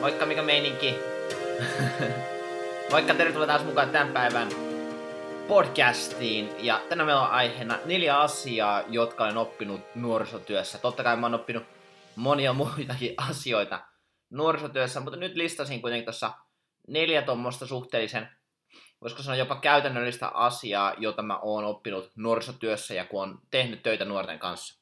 Moikka, mikä meininki? Moikka, tervetuloa taas mukaan tämän päivän podcastiin. Ja tänään meillä on aiheena 4 asiaa, jotka olen oppinut nuorisotyössä. Totta kai mä oon oppinut monia muitakin asioita nuorisotyössä, mutta nyt listasin kuitenkin tuossa 4 tuommoista suhteellisen, voisiko sanoa jopa käytännöllistä asiaa, jota mä oon oppinut nuorisotyössä ja kun oon tehnyt töitä nuorten kanssa.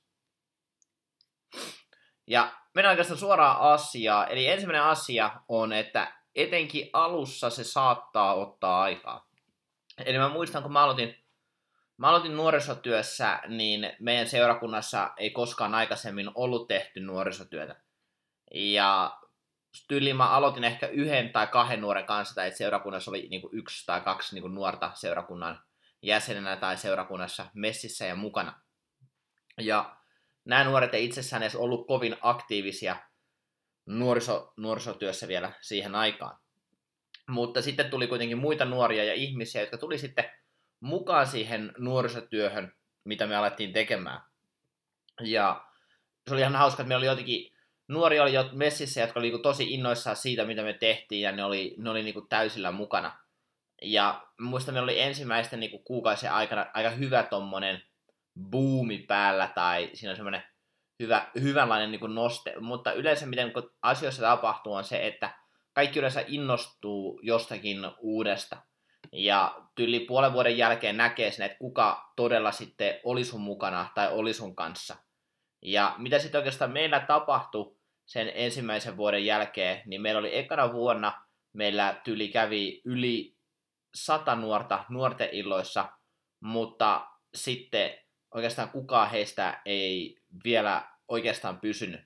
Ja mennään oikeastaan suoraan asiaan. Eli ensimmäinen asia on, että etenkin alussa se saattaa ottaa aikaa. Eli mä muistan, kun mä aloitin nuorisotyössä, niin meidän seurakunnassa ei koskaan aikaisemmin ollut tehty nuorisotyötä. Ja tyyliin mä aloitin ehkä 1 tai 2 nuoren kanssa, tai että seurakunnassa oli niinku 1 tai 2 niinku nuorta seurakunnan jäsenenä tai seurakunnassa messissä ja mukana. Ja nämä nuoret ei itsessään edes ollut kovin aktiivisia nuorisotyössä vielä siihen aikaan. Mutta sitten tuli kuitenkin muita nuoria ja ihmisiä, jotka tuli sitten mukaan siihen nuorisotyöhön, mitä me alettiin tekemään. Ja se oli ihan hauska, että meillä oli jotenkin nuoria oli jo messissä, jotka oli tosi innoissaan siitä, mitä me tehtiin, ja ne oli täysillä mukana. Ja muistan, meillä oli ensimmäisten kuukausien aikana aika hyvä tommonen buumi päällä, tai siinä on semmoinen hyvänlainen noste, mutta yleensä miten asioissa tapahtuu on se, että kaikki yleensä innostuu jostakin uudesta, ja yli puolen vuoden jälkeen näkee sen, että kuka todella sitten oli sun mukana tai oli sun kanssa. Ja mitä sitten oikeastaan meillä tapahtui sen ensimmäisen vuoden jälkeen, niin meillä oli ekana vuonna, meillä kävi yli 100 nuorta nuorten illoissa, mutta sitten oikeastaan kukaan heistä ei vielä oikeastaan pysynyt.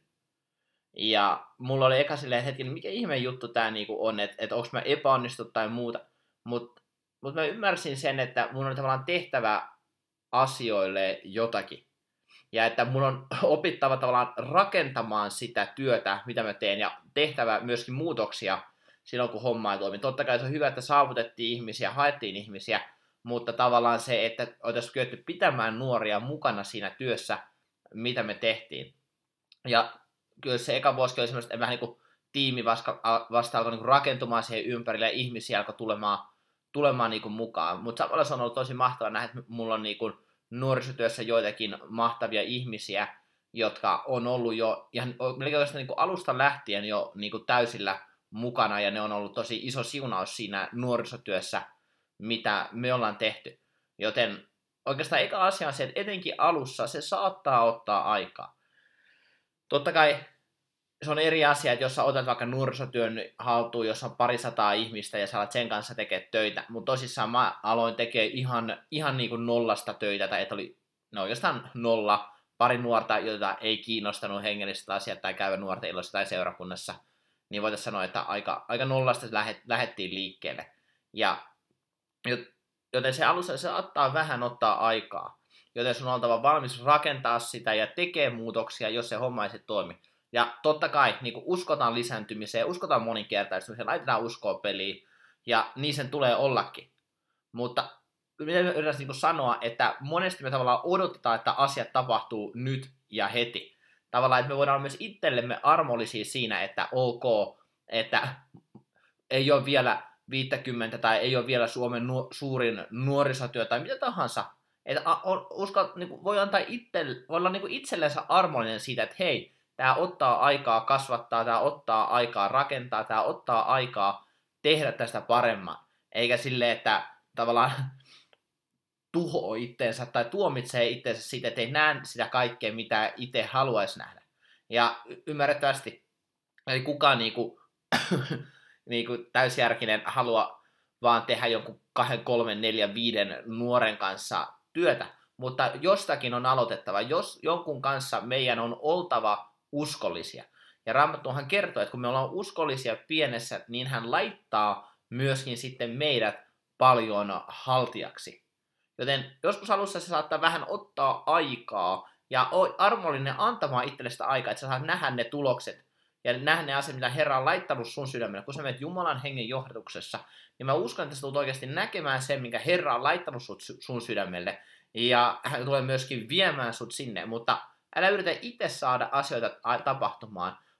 Ja mulla oli eka silleen hetki, mikä ihme juttu tää on, että onko mä epäonnistut tai muuta. Mut mä ymmärsin sen, että mun on tavallaan tehtävä asioille jotakin. Ja että mun on opittava tavallaan rakentamaan sitä työtä, mitä mä teen, ja tehtävä myöskin muutoksia silloin, kun homma ei toimi. Totta kai se on hyvä, että saavutettiin ihmisiä, haettiin ihmisiä, mutta tavallaan se, että oltaisiin kyetty pitämään nuoria mukana siinä työssä, mitä me tehtiin. Ja kyllä se eka vuosi oli semmoista, vähän niin kuin tiimi vasta alkoi niin kuin rakentumaan siihen ympärille, ja ihmisiä alkoi tulemaan niin kuin mukaan. Mutta samalla se on ollut tosi mahtavaa nähdä, että mulla on niin kuin nuorisotyössä joitakin mahtavia ihmisiä, jotka on ollut jo ihan melkein niin kuin alusta lähtien jo niin kuin täysillä mukana, ja ne on ollut tosi iso siunaus siinä nuorisotyössä, mitä me ollaan tehty. Joten oikeastaan eka asia on se, että etenkin alussa se saattaa ottaa aikaa. Totta kai se on eri asia, että jos sä otat vaikka nuorisotyön haltuun, jossa on 200 ihmistä ja sä alat sen kanssa tekemään töitä, mutta tosissaan mä aloin tekemään ihan niin kuin nollasta töitä, tai että oli oikeastaan 0, 2 nuorta, joita ei kiinnostanut hengelliset asiat tai käydä nuorten illoissa tai seurakunnassa, niin voitaisiin sanoa, että aika nollasta lähdettiin liikkeelle. Joten se alussa se saattaa vähän ottaa aikaa, joten sun on oltava valmis rakentaa sitä ja tekee muutoksia, jos se homma ei toimi. Ja totta kai niin uskotaan lisääntymiseen, uskotaan moninkertaistumiseen, laitetaan uskoa peliin, ja niin sen tulee ollakin. Mutta mitä yritän sanoa, että monesti me tavallaan odotetaan, että asiat tapahtuu nyt ja heti. Tavallaan, että me voidaan olla myös itsellemme armollisia siinä, että ok, että ei ole vielä 50 tai ei ole vielä Suomen suurin nuorisotyö tai mitä tahansa. Että voi olla itsellensä armollinen siitä, että hei, tämä ottaa aikaa kasvattaa, tämä ottaa aikaa rakentaa, tämä ottaa aikaa tehdä tästä paremman. Eikä silleen, että tavallaan tuhoaa itteensä tai tuomitsee itteensä siitä, että ei näe sitä kaikkea, mitä itse haluaisi nähdä. Ja ymmärrettävästi, eli kukaan täysjärkinen halua vaan tehdä jonkun 2, 3, 4, 5 nuoren kanssa työtä, mutta jostakin on aloitettava. Jos jonkun kanssa meidän on oltava uskollisia. Ja Raamattuhan kertoo, että kun me ollaan uskollisia pienessä, niin hän laittaa myöskin sitten meidät paljon haltijaksi. Joten joskus alussa se saattaa vähän ottaa aikaa ja armollinen antamaan itselle sitä aikaa, että sä saat nähdä ne tulokset ja nähdä ne asiat, mitä Herra on laittanut sun sydämelle. Kun sä menet Jumalan hengen johdatuksessa, niin mä uskon, että sä tulet oikeasti näkemään sen, minkä Herra on laittanut sun sydämelle. Ja hän tulee myöskin viemään sut sinne, mutta älä yritä itse saada asioita tapahtumaan,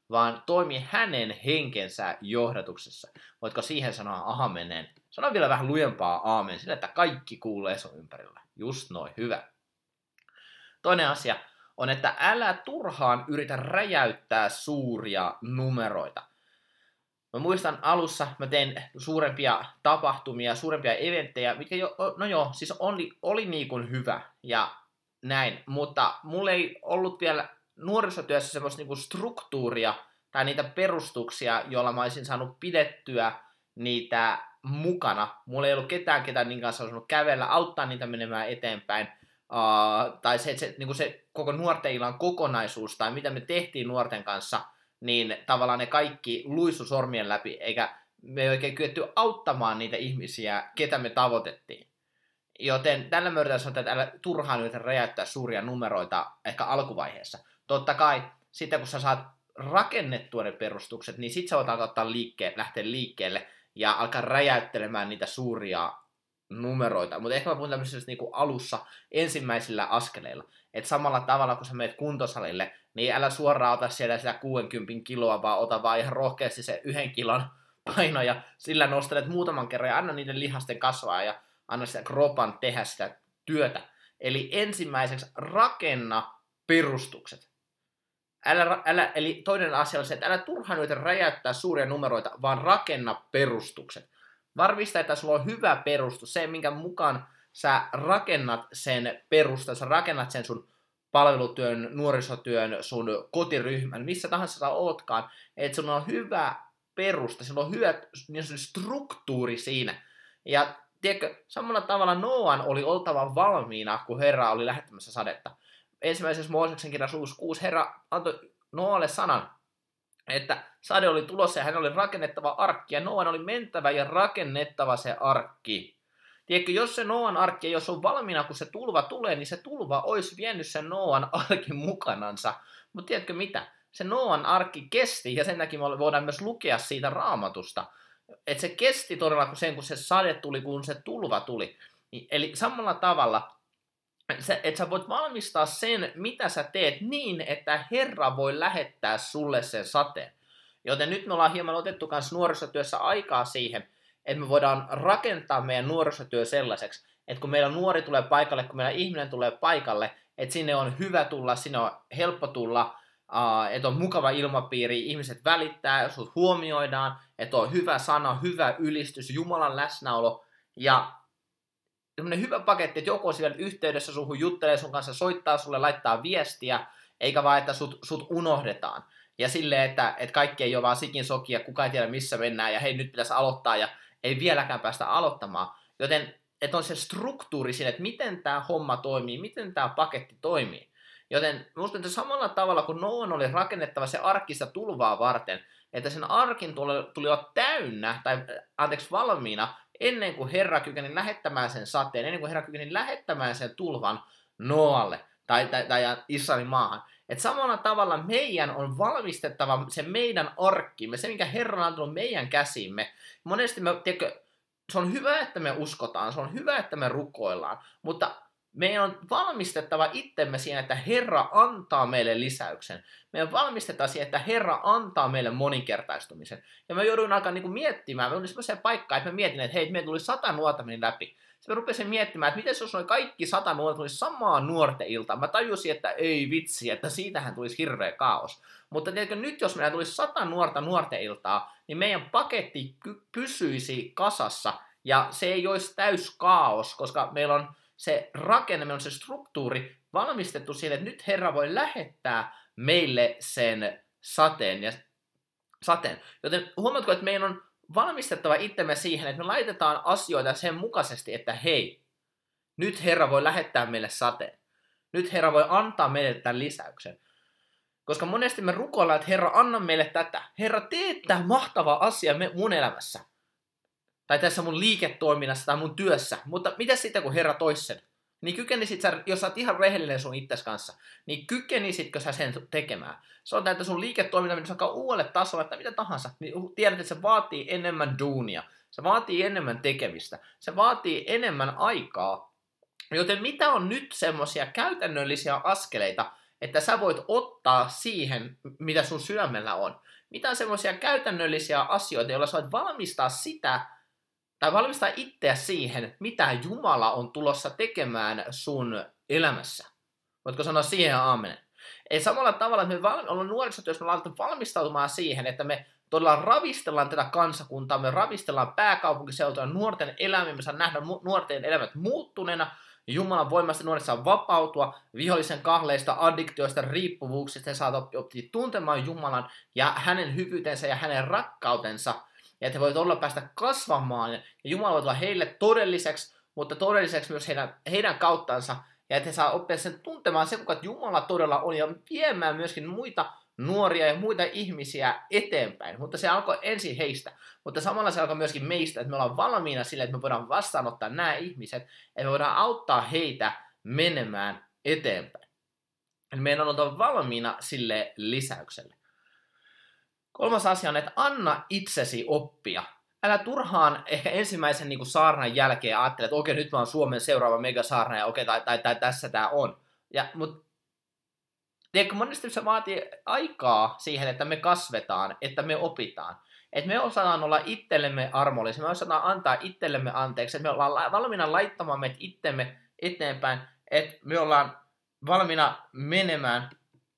vaan toimi hänen henkensä johdatuksessa. Voitko siihen sanoa aamenen? Sano vielä vähän lujempaa aamen, sillä että kaikki kuulee sun ympärillä. Just noin, hyvä. Toinen asia on, että älä turhaan yritä räjäyttää suuria numeroita. Mä muistan alussa, mä tein suurempia tapahtumia, suurempia eventtejä, mitkä siis oli niin kuin hyvä ja näin, mutta mulla ei ollut vielä nuorisotyössä semmoista niin kuin struktuuria tai niitä perustuksia, joilla mä olisin saanut pidettyä niitä mukana. Mulla ei ollut ketään niin kanssa olisi kävellä, auttaa niitä menemään eteenpäin. Tai niin kuin se koko nuorten illan kokonaisuus, tai mitä me tehtiin nuorten kanssa, niin tavallaan ne kaikki luisu sormien läpi, eikä me ei oikein kyetty auttamaan niitä ihmisiä, ketä me tavoitettiin. Joten tällä me yritetään sanoa, että älä turhaan yritä räjäyttää suuria numeroita ehkä alkuvaiheessa. Totta kai, sitten kun sä saat rakennettua ne perustukset, niin sit sä voit alkaa lähteä liikkeelle ja alkaa räjäyttelemään niitä suuria numeroita. Mutta ehkä mä puhun tämmöisessä niinku alussa ensimmäisillä askeleilla. Että samalla tavalla, kun sä menet kuntosalille, niin älä suoraan ota sieltä sitä 60 kiloa, vaan ota vaan ihan rohkeasti se 1 kilon paino ja sillä nostelet muutaman kerran ja anna niiden lihasten kasvaa ja anna sitä kropan tehdä sitä työtä. Eli ensimmäiseksi rakenna perustukset. Eli toinen asia on se, että älä turhaan yritä räjäyttää suuria numeroita, vaan rakenna perustukset. Varmista, että sulla on hyvä perustus, se minkä mukaan sä rakennat sen perustan, sä rakennat sen sun palvelutyön, nuorisotyön, sun kotiryhmän, missä tahansa sä ootkaan, että sulla on hyvä perusta, sulla on hyvä niin struktuuri siinä. Ja tiedätkö, samalla tavalla Nooan oli oltava valmiina, kun Herra oli lähettämässä sadetta. Ensimmäisessä Mooseksen kirjassa luvussa 6 Herra antoi Nooalle sanan, että sade oli tulossa ja hän oli rakennettava arkki, ja Nooan oli mentävä ja rakennettava se arkki. Tiedätkö, jos se Nooan arkki ei olisi valmiina, kun se tulva tulee, niin se tulva olisi vienyt sen Nooan arkin mukanansa. Mutta tiedätkö mitä? Se Nooan arkki kesti, ja sen takia me voidaan myös lukea siitä Raamatusta, että se kesti todella kun se sade tuli, kun se tulva tuli. Eli samalla tavalla, että sä voit valmistaa sen, mitä sä teet niin, että Herra voi lähettää sulle sen sateen. Joten nyt me ollaan hieman otettu myös nuorisotyössä aikaa siihen, että me voidaan rakentaa meidän nuorisotyö sellaiseksi, että kun meillä nuori tulee paikalle, kun meillä ihminen tulee paikalle, että sinne on hyvä tulla, sinne on helppo tulla, että on mukava ilmapiiri, ihmiset välittää, sut huomioidaan, että on hyvä sana, hyvä ylistys, Jumalan läsnäolo ja semmoinen hyvä paketti, että joku on siellä yhteydessä suhun, juttelee sun kanssa, soittaa sulle, laittaa viestiä, eikä vaan, että sut unohdetaan. Ja silleen, että kaikki ei ole vaan sikin soki ja kukaan ei tiedä missä mennään ja hei nyt pitäisi aloittaa ja ei vieläkään päästä aloittamaan. Joten että on se struktuuri siinä, että miten tämä homma toimii, miten tämä paketti toimii. Joten minusta että samalla tavalla kuin Nooan oli rakennettava se arkista tulvaa varten, että sen arkin tuli olla täynnä, tai valmiina, ennen kuin Herra kykeni lähettämään sen sateen, ennen kuin Herra kykeni lähettämään sen tulvan Nooalle tai Israelin maahan. Että samalla tavalla meidän on valmistettava se meidän arkkimme, se minkä Herra on antanut meidän käsimme. Monesti se on hyvä, että me uskotaan, se on hyvä, että me rukoillaan, mutta meidän on valmistettava itsemme siihen, että Herra antaa meille lisäyksen. Meidän valmistetaan siihen, että Herra antaa meille moninkertaistumisen. Ja mä jouduin alkaa miettimään, me oli semmoiseen paikkaan, että mä mietin, että hei, meillä tuli 100 nuorta meni läpi. Sitten mä rupesin miettimään, että miten jos noin kaikki 100 nuorta tuli samaan nuorten iltaan. Mä tajusin, että ei vitsi, että siitähän tulisi hirveä kaos. Mutta tiedätkö, nyt jos meillä tulisi 100 nuorta nuorten iltaa, niin meidän paketti pysyisi kasassa ja se ei olisi täys kaos, koska meillä on se rakenne, meillä on se struktuuri valmistettu siihen, että nyt Herra voi lähettää meille sen sateen. Joten huomatko, että meidän on valmistettava itsemme siihen, että me laitetaan asioita sen mukaisesti, että hei, nyt Herra voi lähettää meille sateen. Nyt Herra voi antaa meille tämän lisäyksen. Koska monesti me rukoillaan, että Herra, anna meille tätä. Herra, tee tämä mahtava asia mun elämässä. Tai tässä mun liiketoiminnassa tai mun työssä. Mutta mitä sitten, kun Herra tois sen? Niin kykenisit sä, jos sä oot ihan rehellinen sun itses kanssa, niin kykenisitkö sä sen tekemään? Sanotaan, että sun liiketoiminta menisi aika uudelle tasolle, että mitä tahansa, niin tiedät, että se vaatii enemmän duunia. Se vaatii enemmän tekemistä. Se vaatii enemmän aikaa. Joten mitä on nyt semmoisia käytännöllisiä askeleita, että sä voit ottaa siihen, mitä sun sydämellä on. Mitä on semmoisia käytännöllisiä asioita, joilla sä voit valmistaa sitä, tai valmistaa itseä siihen, mitä Jumala on tulossa tekemään sun elämässä. Voitko sanoa siihen aamenen? Ei samalla tavalla, että me ollaan nuorisotyössä, me ollaan valmistautumaan siihen, että me todella ravistellaan tätä kansakuntaa, me ravistellaan pääkaupunkiseutua, nuorten elämiä, me saan nähdä nuorten elämät muuttuneena, Jumalan voimasta nuoret saa vapautua vihollisen kahleista, addiktioista, riippuvuuksista, he saavat oppia tuntemaan Jumalan ja hänen hyvyytensä ja hänen rakkautensa, ja että he voivat olla päästä kasvamaan, ja Jumala voi olla heille todelliseksi, mutta todelliseksi myös heidän kauttansa, ja että he saa oppia sen tuntemaan sen, kuinka Jumala todella on, ja viemään myöskin muita nuoria ja muita ihmisiä eteenpäin. Mutta se alkoi ensin heistä, mutta samalla se alkoi myöskin meistä, että me ollaan valmiina sille, että me voidaan vastaanottaa nämä ihmiset, että me voidaan auttaa heitä menemään eteenpäin. Eli meidän on oltava valmiina sille lisäykselle. Kolmas asia on, että anna itsesi oppia. Älä turhaan ehkä ensimmäisen saarnan jälkeen ajattele, että okei, nyt mä oon Suomen seuraava megasaarna ja okei, tai tässä tää on. Mutta tiedätkö, monesti se vaatii aikaa siihen, että me kasvetaan, että me opitaan. Että me osataan olla itsellemme armollisia, me osataan antaa itsellemme anteeksi, että me ollaan valmiina laittamaan meitä itsemme eteenpäin, että me ollaan valmiina menemään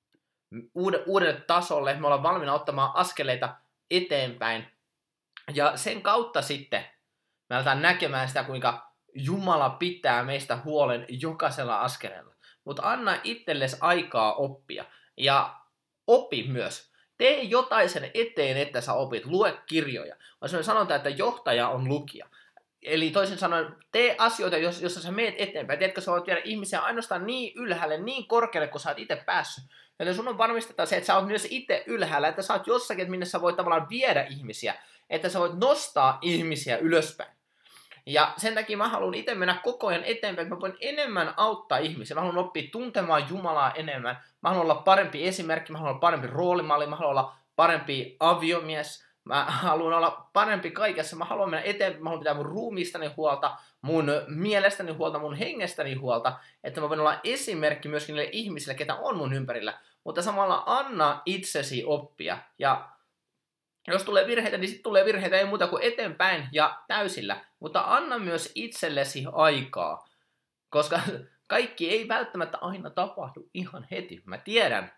uudelle tasolle, me ollaan valmiina ottamaan askeleita eteenpäin. Ja sen kautta sitten me aletaan näkemään sitä, kuinka Jumala pitää meistä huolen jokaisella askeleella. Mutta anna itsellesi aikaa oppia. Ja opi myös. Tee jotain sen eteen, että sä opit. Lue kirjoja. On sanotaan, että johtaja on lukija. Eli toisin sanoen, tee asioita, jossa sä meet eteenpäin. Tiedätkö, sä voit viedä ihmisiä ainoastaan niin ylhäälle, niin korkealle, kun sä oot itse päässyt. Eli sun on varmistettava se, että sä oot myös itse ylhäällä, että sä oot jossakin, minne sä voit tavallaan viedä ihmisiä. Että sä voit nostaa ihmisiä ylöspäin. Ja sen takia mä haluan itse mennä koko ajan eteenpäin, että mä voin enemmän auttaa ihmisiä. Mä haluan oppia tuntemaan Jumalaa enemmän. Mä haluan olla parempi esimerkki, mä haluan olla parempi roolimalli, mä haluan olla parempi aviomies. Mä haluan olla parempi kaikessa. Mä haluan mennä eteenpäin, mä haluan pitää mun ruumiistani huolta, mun mielestäni huolta, mun hengestäni huolta. Että mä voin olla esimerkki myöskin niille ihmisille, ketä on mun ympärillä. Mutta samalla anna itsesi oppia. Ja jos tulee virheitä, niin sitten tulee virheitä, ei muuta kuin eteenpäin ja täysillä. Mutta anna myös itsellesi aikaa, koska kaikki ei välttämättä aina tapahdu ihan heti. Mä tiedän,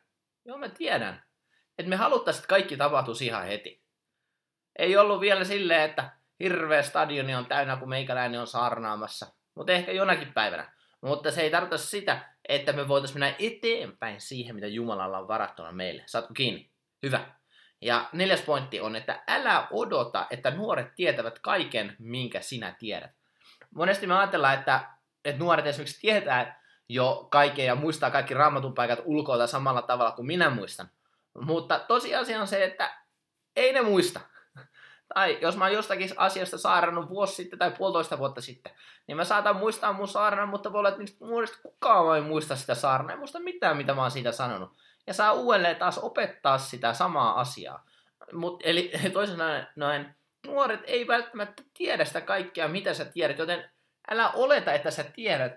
että me haluttaisiin, että kaikki tapahtuisi ihan heti. Ei ollut vielä silleen, että hirveä stadioni on täynnä, kun meikäläinen on saarnaamassa. Mutta ehkä jonakin päivänä. Mutta se ei tarkoita sitä, että me voitaisiin mennä eteenpäin siihen, mitä Jumalalla on varattuna meille. Saatko kiinni? Hyvä. Ja 4. pointti on, että älä odota, että nuoret tietävät kaiken, minkä sinä tiedät. Monesti me ajatellaan, että nuoret esimerkiksi tietää jo kaiken ja muistaa kaikki raamatun paikat ulkoa samalla tavalla kuin minä muistan. Mutta tosiasia on se, että ei ne muista. Tai jos mä oon jostakin asiasta saarnannut vuosi sitten tai 1,5 vuotta sitten, niin mä saatan muistaa mun saarnan, mutta voi olla, että niistä nuorista kukaan ei muista sitä saarnaa, ei muista mitään, mitä mä oon siitä sanonut. Ja saa uudelleen taas opettaa sitä samaa asiaa. Eli toisin sanoen, nuoret ei välttämättä tiedä sitä kaikkea, mitä sä tiedät, joten älä oleta, että sä tiedät.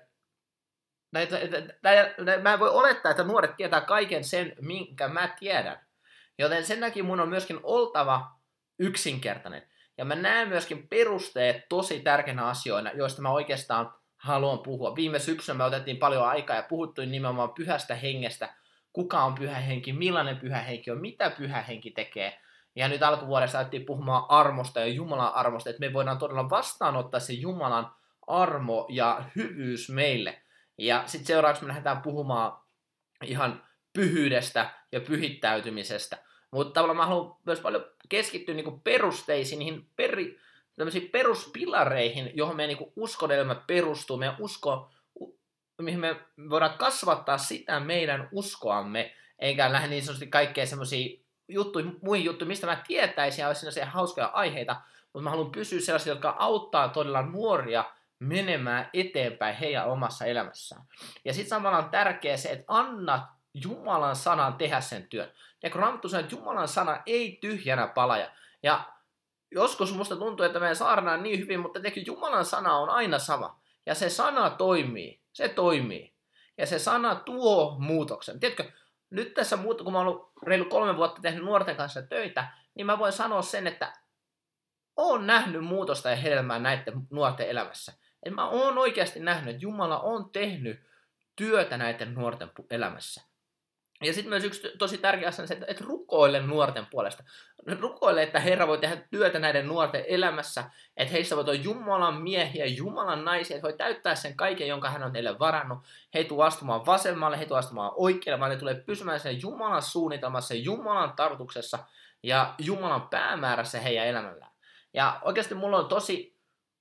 Mä en voi olettaa, että nuoret tietää kaiken sen, minkä mä tiedän. Joten sen takia mun on myöskin oltava yksinkertainen. Ja mä näen myöskin perusteet tosi tärkeänä asioina, joista mä oikeastaan haluan puhua. Viime syksynä me otettiin paljon aikaa ja puhuttiin nimenomaan pyhästä hengestä. Kuka on pyhä henki, millainen pyhä henki on, mitä pyhä henki tekee. Ja nyt alkuvuodesta alettiin puhumaan armosta ja Jumalan armosta, että me voidaan todella vastaanottaa se Jumalan armo ja hyvyys meille. Ja sitten seuraavaksi me lähdetään puhumaan ihan pyhyydestä ja pyhittäytymisestä. Mutta tavallaan mä haluan myös paljon keskittyä niinku perusteisiin, niihin peruspilareihin, johon meidän niinku uskonelämä perustuu. Meidän usko, mihin me voidaan kasvattaa sitä meidän uskoamme, eikä lähde niin sanotusti kaikkea semmoisia muihin juttuihin, mistä mä tietäisin ja olisi sellaisia hauskoja aiheita, mutta mä haluan pysyä sellaisia, jotka auttaa todella nuoria menemään eteenpäin heidän omassa elämässään. Ja sitten samalla on tärkeää se, että anna Jumalan sanan tehdä sen työn. Ja kun Raamattu sanoo, että Jumalan sana ei tyhjänä palaja. Ja joskus musta tuntuu, että meidän saarnaa niin hyvin, mutta Jumalan sana on aina sama. Ja se sana toimii. Se toimii. Ja se sana tuo muutoksen. Tiedätkö, nyt tässä kun mä oon ollut reilu 3 vuotta tehnyt nuorten kanssa töitä, niin mä voin sanoa sen, että oon nähnyt muutosta ja hedelmää näiden nuorten elämässä. Et mä oon oikeasti nähnyt, että Jumala on tehnyt työtä näiden nuorten elämässä. Ja sitten myös yksi tosi tärkeä asia on se, että rukoile nuorten puolesta. Rukoile, että Herra voi tehdä työtä näiden nuorten elämässä, että heistä voi olla Jumalan miehiä, Jumalan naisia, että voi täyttää sen kaiken, jonka hän on heille varannut. He tuu astumaan vasemmalle, he tuu astumaan oikealle, vaan ne tulee pysymään sen Jumalan suunnitelmassa, Jumalan tarkoituksessa ja Jumalan päämäärässä heidän elämällään. Ja oikeasti mulla on tosi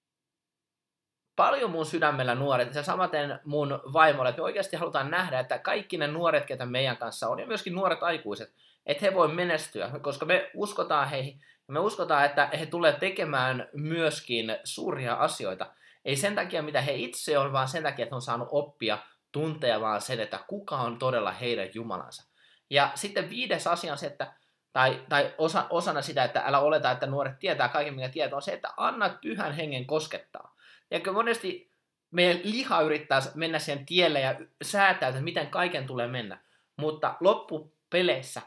paljon mun sydämellä nuoret, ja samaten mun vaimolle, että me oikeasti halutaan nähdä, että kaikki ne nuoret, ketä meidän kanssa on, ja myöskin nuoret aikuiset, että he voi menestyä, koska me uskotaan heihin, ja me uskotaan, että he tulee tekemään myöskin suuria asioita. Ei sen takia, mitä he itse on, vaan sen takia, että he on saanut oppia, tuntea vaan sen, että kuka on todella heidän Jumalansa. Ja sitten 5. asia on se, että osana sitä, että älä oleta, että nuoret tietää kaiken, mikä tietää, on se, että anna Pyhän Hengen koskettaa. Ja monesti meidän liha yrittää mennä siihen tielle ja säätää, että miten kaiken tulee mennä. Mutta loppupeleissä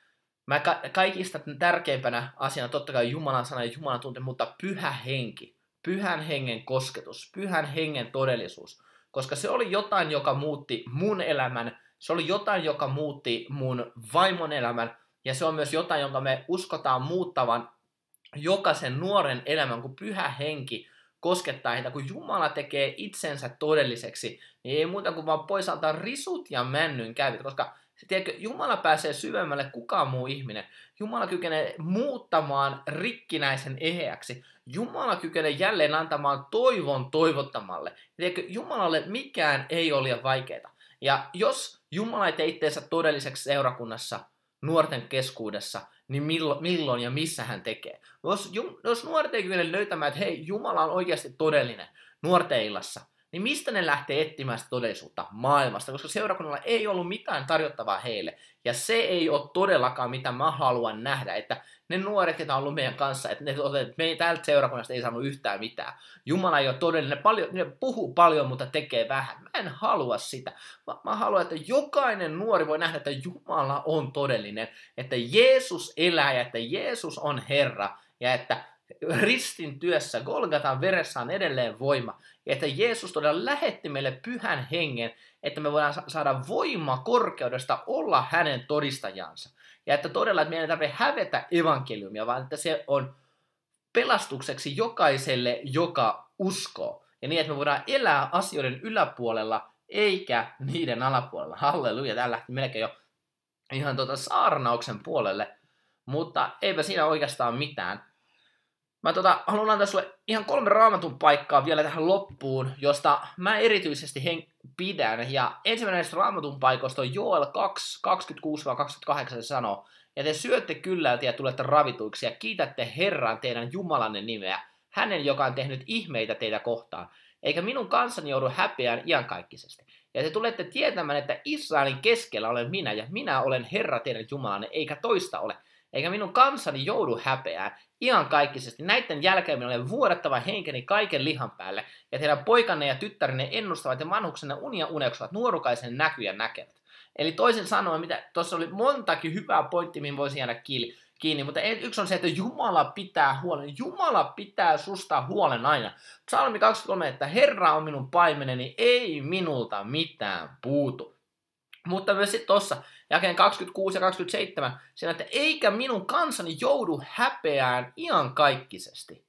mä kaikista tärkeimpänä asiana totta kai Jumalan sana ja Jumalan tunte, mutta Pyhä Henki, Pyhän Hengen kosketus, Pyhän Hengen todellisuus. Koska se oli jotain, joka muutti mun elämän, se oli jotain, joka muutti mun vaimon elämän, ja se on myös jotain, jonka me uskotaan muuttavan jokaisen nuoren elämän, kun Pyhä Henki koskettaa heitä, kun Jumala tekee itsensä todelliseksi, niin ei muuta kuin vaan pois alta risut ja männyn käyvät, koska tiedätkö, Jumala pääsee syvemmälle kukaan muu ihminen. Jumala kykenee muuttamaan rikkinäisen eheäksi. Jumala kykenee jälleen antamaan toivon toivottamalle. Tiedätkö, Jumalalle mikään ei ole liian vaikeaa. Ja jos Jumala ei tee itseensä todelliseksi seurakunnassa, nuorten keskuudessa, niin milloin ja missä hän tekee. Jos nuoret ei kykene löytämään, että hei, Jumala on oikeasti todellinen nuorten illassa, niin mistä ne lähtee etsimään sitä todellisuutta maailmasta, koska seurakunnalla ei ollut mitään tarjottavaa heille. Ja se ei ole todellakaan, mitä mä haluan nähdä, että ne nuoret, jotka on ollut meidän kanssa, että me täältä seurakunnasta ei saanut yhtään mitään. Jumala ei ole todellinen, ne puhuu paljon, mutta tekee vähän. Mä en halua sitä. Mä haluan, että jokainen nuori voi nähdä, että Jumala on todellinen, että Jeesus elää ja että Jeesus on Herra ja että ristin työssä, Golgatan veressä on edelleen voima, ja että Jeesus todella lähetti meille Pyhän Hengen, että me voidaan saada voima korkeudesta olla hänen todistajansa. Ja että todella, että meidän ei tarvitse hävetä evankeliumia, vaan että se on pelastukseksi jokaiselle, joka uskoo. Ja niin, että me voidaan elää asioiden yläpuolella, eikä niiden alapuolella. Halleluja, täällä lähti melkein jo ihan saarnauksen puolelle, mutta eipä siinä oikeastaan mitään. Mä haluan antaa sulle ihan 3 raamatun paikkaa vielä tähän loppuun, josta mä erityisesti pidän. Ja ensimmäinen näistä raamatun paikoista on Joel 2, 26-28 se sanoo, ja te syötte kyllälti ja tulette ravituiksi ja kiitätte Herran teidän Jumalanne nimeä, hänen, joka on tehnyt ihmeitä teitä kohtaan, eikä minun kansani joudu häpeään iankaikkisesti. Ja te tulette tietämään, että Israelin keskellä olen minä, ja minä olen Herra teidän Jumalanne, eikä toista ole. Eikä minun kansani joudu häpeään iankaikkisesti. Näiden jälkeen minä olen vuodattava henkeni kaiken lihan päälle, ja teidän poikanne ja tyttärenne ennustavat ja vanhuksenne unia uneksuvat, nuorukaisen näkyjä näkevät. Eli toisin sanoen, mitä tuossa oli montakin hyvää pointtia, mihin voisi jäädä kiinni, mutta yksi on se, että Jumala pitää huolen. Jumala pitää susta huolen aina. Psalmi 23, että Herra on minun paimeneni, ei minulta mitään puutu. Mutta myös sitten tuossa, jakeen 26 ja 27, siinä, että eikä minun kansani joudu häpeään iankaikkisesti.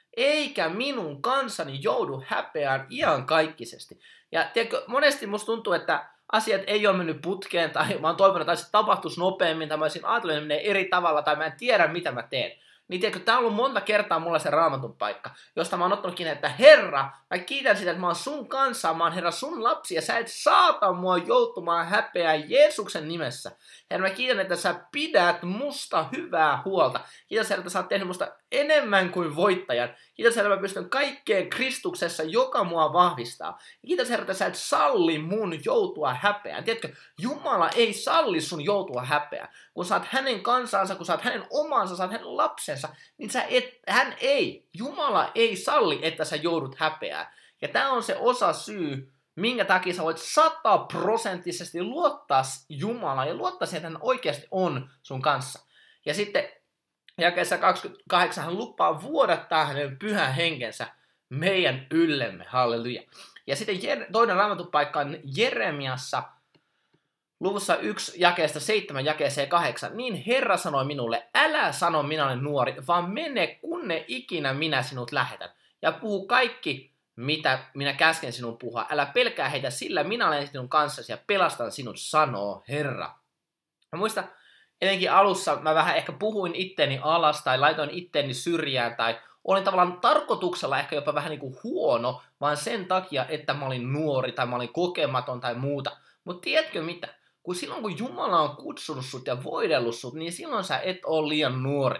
Eikä minun kansani joudu häpeään iankaikkisesti. Ja tiedätkö, monesti musta tuntuu, että asiat ei ole mennyt putkeen, tai mä oon toivonut, että se tapahtuisi nopeammin, tai mä olisin ajatellut, että menee eri tavalla, tai mä en tiedä, mitä mä teen. Niin tiedätkö, tää on ollut monta kertaa mulla se raamatun paikka, josta mä oon ottanut kiinni, että Herra, mä kiitän sitä, että mä oon sun kanssa, mä oon Herra sun lapsi, ja sä et saata mua joutumaan häpeään Jeesuksen nimessä. Herra, mä kiitän, että sä pidät musta hyvää huolta. Kiitos, Herra, että sä oot tehnyt musta enemmän kuin voittajan. Kiitos, Herra, mä pystyn kaikkeen Kristuksessa, joka mua vahvistaa. Kiitos, Herra, että sä et salli mun joutua häpeään. Tiedätkö, Jumala ei salli sun joutua häpeään. Kun sä oot hänen kansansa, kun sä oot hänen omansa, sä oot hänen lapsensa, niin Jumala ei salli, että sä joudut häpeään. Ja tää on se osa syy, minkä takia sä voit 100% luottaa Jumalaan ja luottaa siihen, että hän oikeasti on sun kanssa. Ja sitten jakeessa 28 hän lupaa vuodattaa hänen pyhän henkensä meidän yllemme. Halleluja. Ja sitten toinen raamatun paikka on Jeremiassa luvussa 1 jakeesta 7 jakeeseen 8. Niin Herra sanoi minulle, älä sano minä olen nuori, vaan mene kunne ikinä minä sinut lähetän. Ja puhu kaikki, mitä minä käsken sinun puhua. Älä pelkää heitä, sillä minä olen sinun kanssasi ja pelastan sinut, sanoo Herra. Mä muistan, etenkin alussa mä vähän ehkä puhuin itteni alas tai laitoin itteni syrjään tai olin tavallaan tarkoituksella ehkä jopa vähän niin kuin huono, vaan sen takia, että mä olin nuori tai mä olin kokematon tai muuta. Mutta tiedätkö mitä? Silloin kun Jumala on kutsunut sut ja voidellut sut, niin silloin sä et ole liian nuori.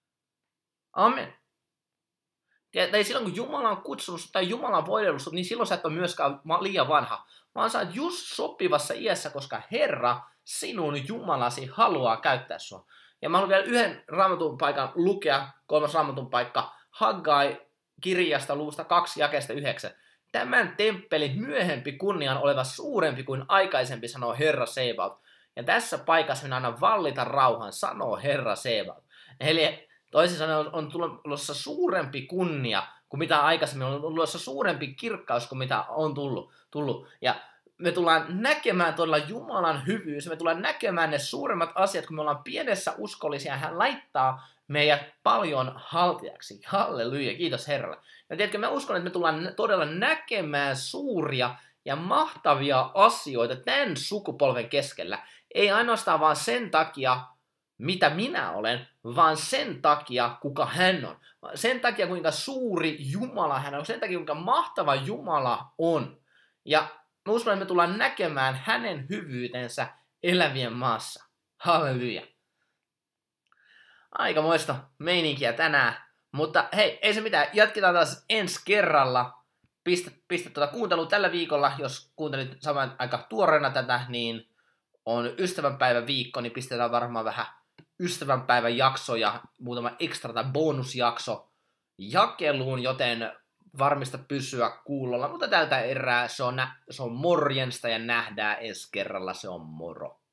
Amen. Tai silloin kun Jumala on kutsunut sut tai Jumala on voidellut sut, niin silloin sä et ole myöskään liian vanha. Vaan sä oot just sopivassa iässä, koska Herra, sinun Jumalasi, haluaa käyttää sua. Ja mä haluan vielä yhden raamatun paikan lukea, 3. raamatun paikka, Haggai kirjasta luvusta 2 jakeesta 9. Tämän temppelin myöhempi kunnia on oleva suurempi kuin aikaisempi, sanoo Herra Sebaot. Ja tässä paikassa minä annan vallita rauhan, sanoo Herra Sebaot. Eli toisin sanoen on tulossa suurempi kunnia kuin mitä aikaisemmin, on tulossa suurempi kirkkaus kuin mitä on tullut. Ja me tullaan näkemään todella Jumalan hyvyys, me tullaan näkemään ne suuremmat asiat, kun me ollaan pienessä uskollisia, hän laittaa meidät paljon haltijaksi. Halleluja, kiitos Herralle. Ja tiedätkö, mä uskon, että me tullaan todella näkemään suuria ja mahtavia asioita tämän sukupolven keskellä. Ei ainoastaan vaan sen takia, mitä minä olen, vaan sen takia, kuka hän on. Sen takia, kuinka suuri Jumala hän on. Sen takia, kuinka mahtava Jumala on. Ja mä uskon, että me tullaan näkemään hänen hyvyytensä elävien maassa. Halleluja. Aikamoista meininkiä tänään. Mutta hei, ei se mitään. Jatketaan taas ensi kerralla. Pistä kuuntelua tällä viikolla. Jos kuuntelit saman aika tuoreena tätä, niin on ystävänpäivän viikko, niin pistetään varmaan vähän ystävänpäivän jaksoja, muutama ekstra tai bonusjakso jakeluun, joten varmista pysyä kuulolla. Mutta tältä erää se on morjensta ja nähdään ensi kerralla. Se on moro.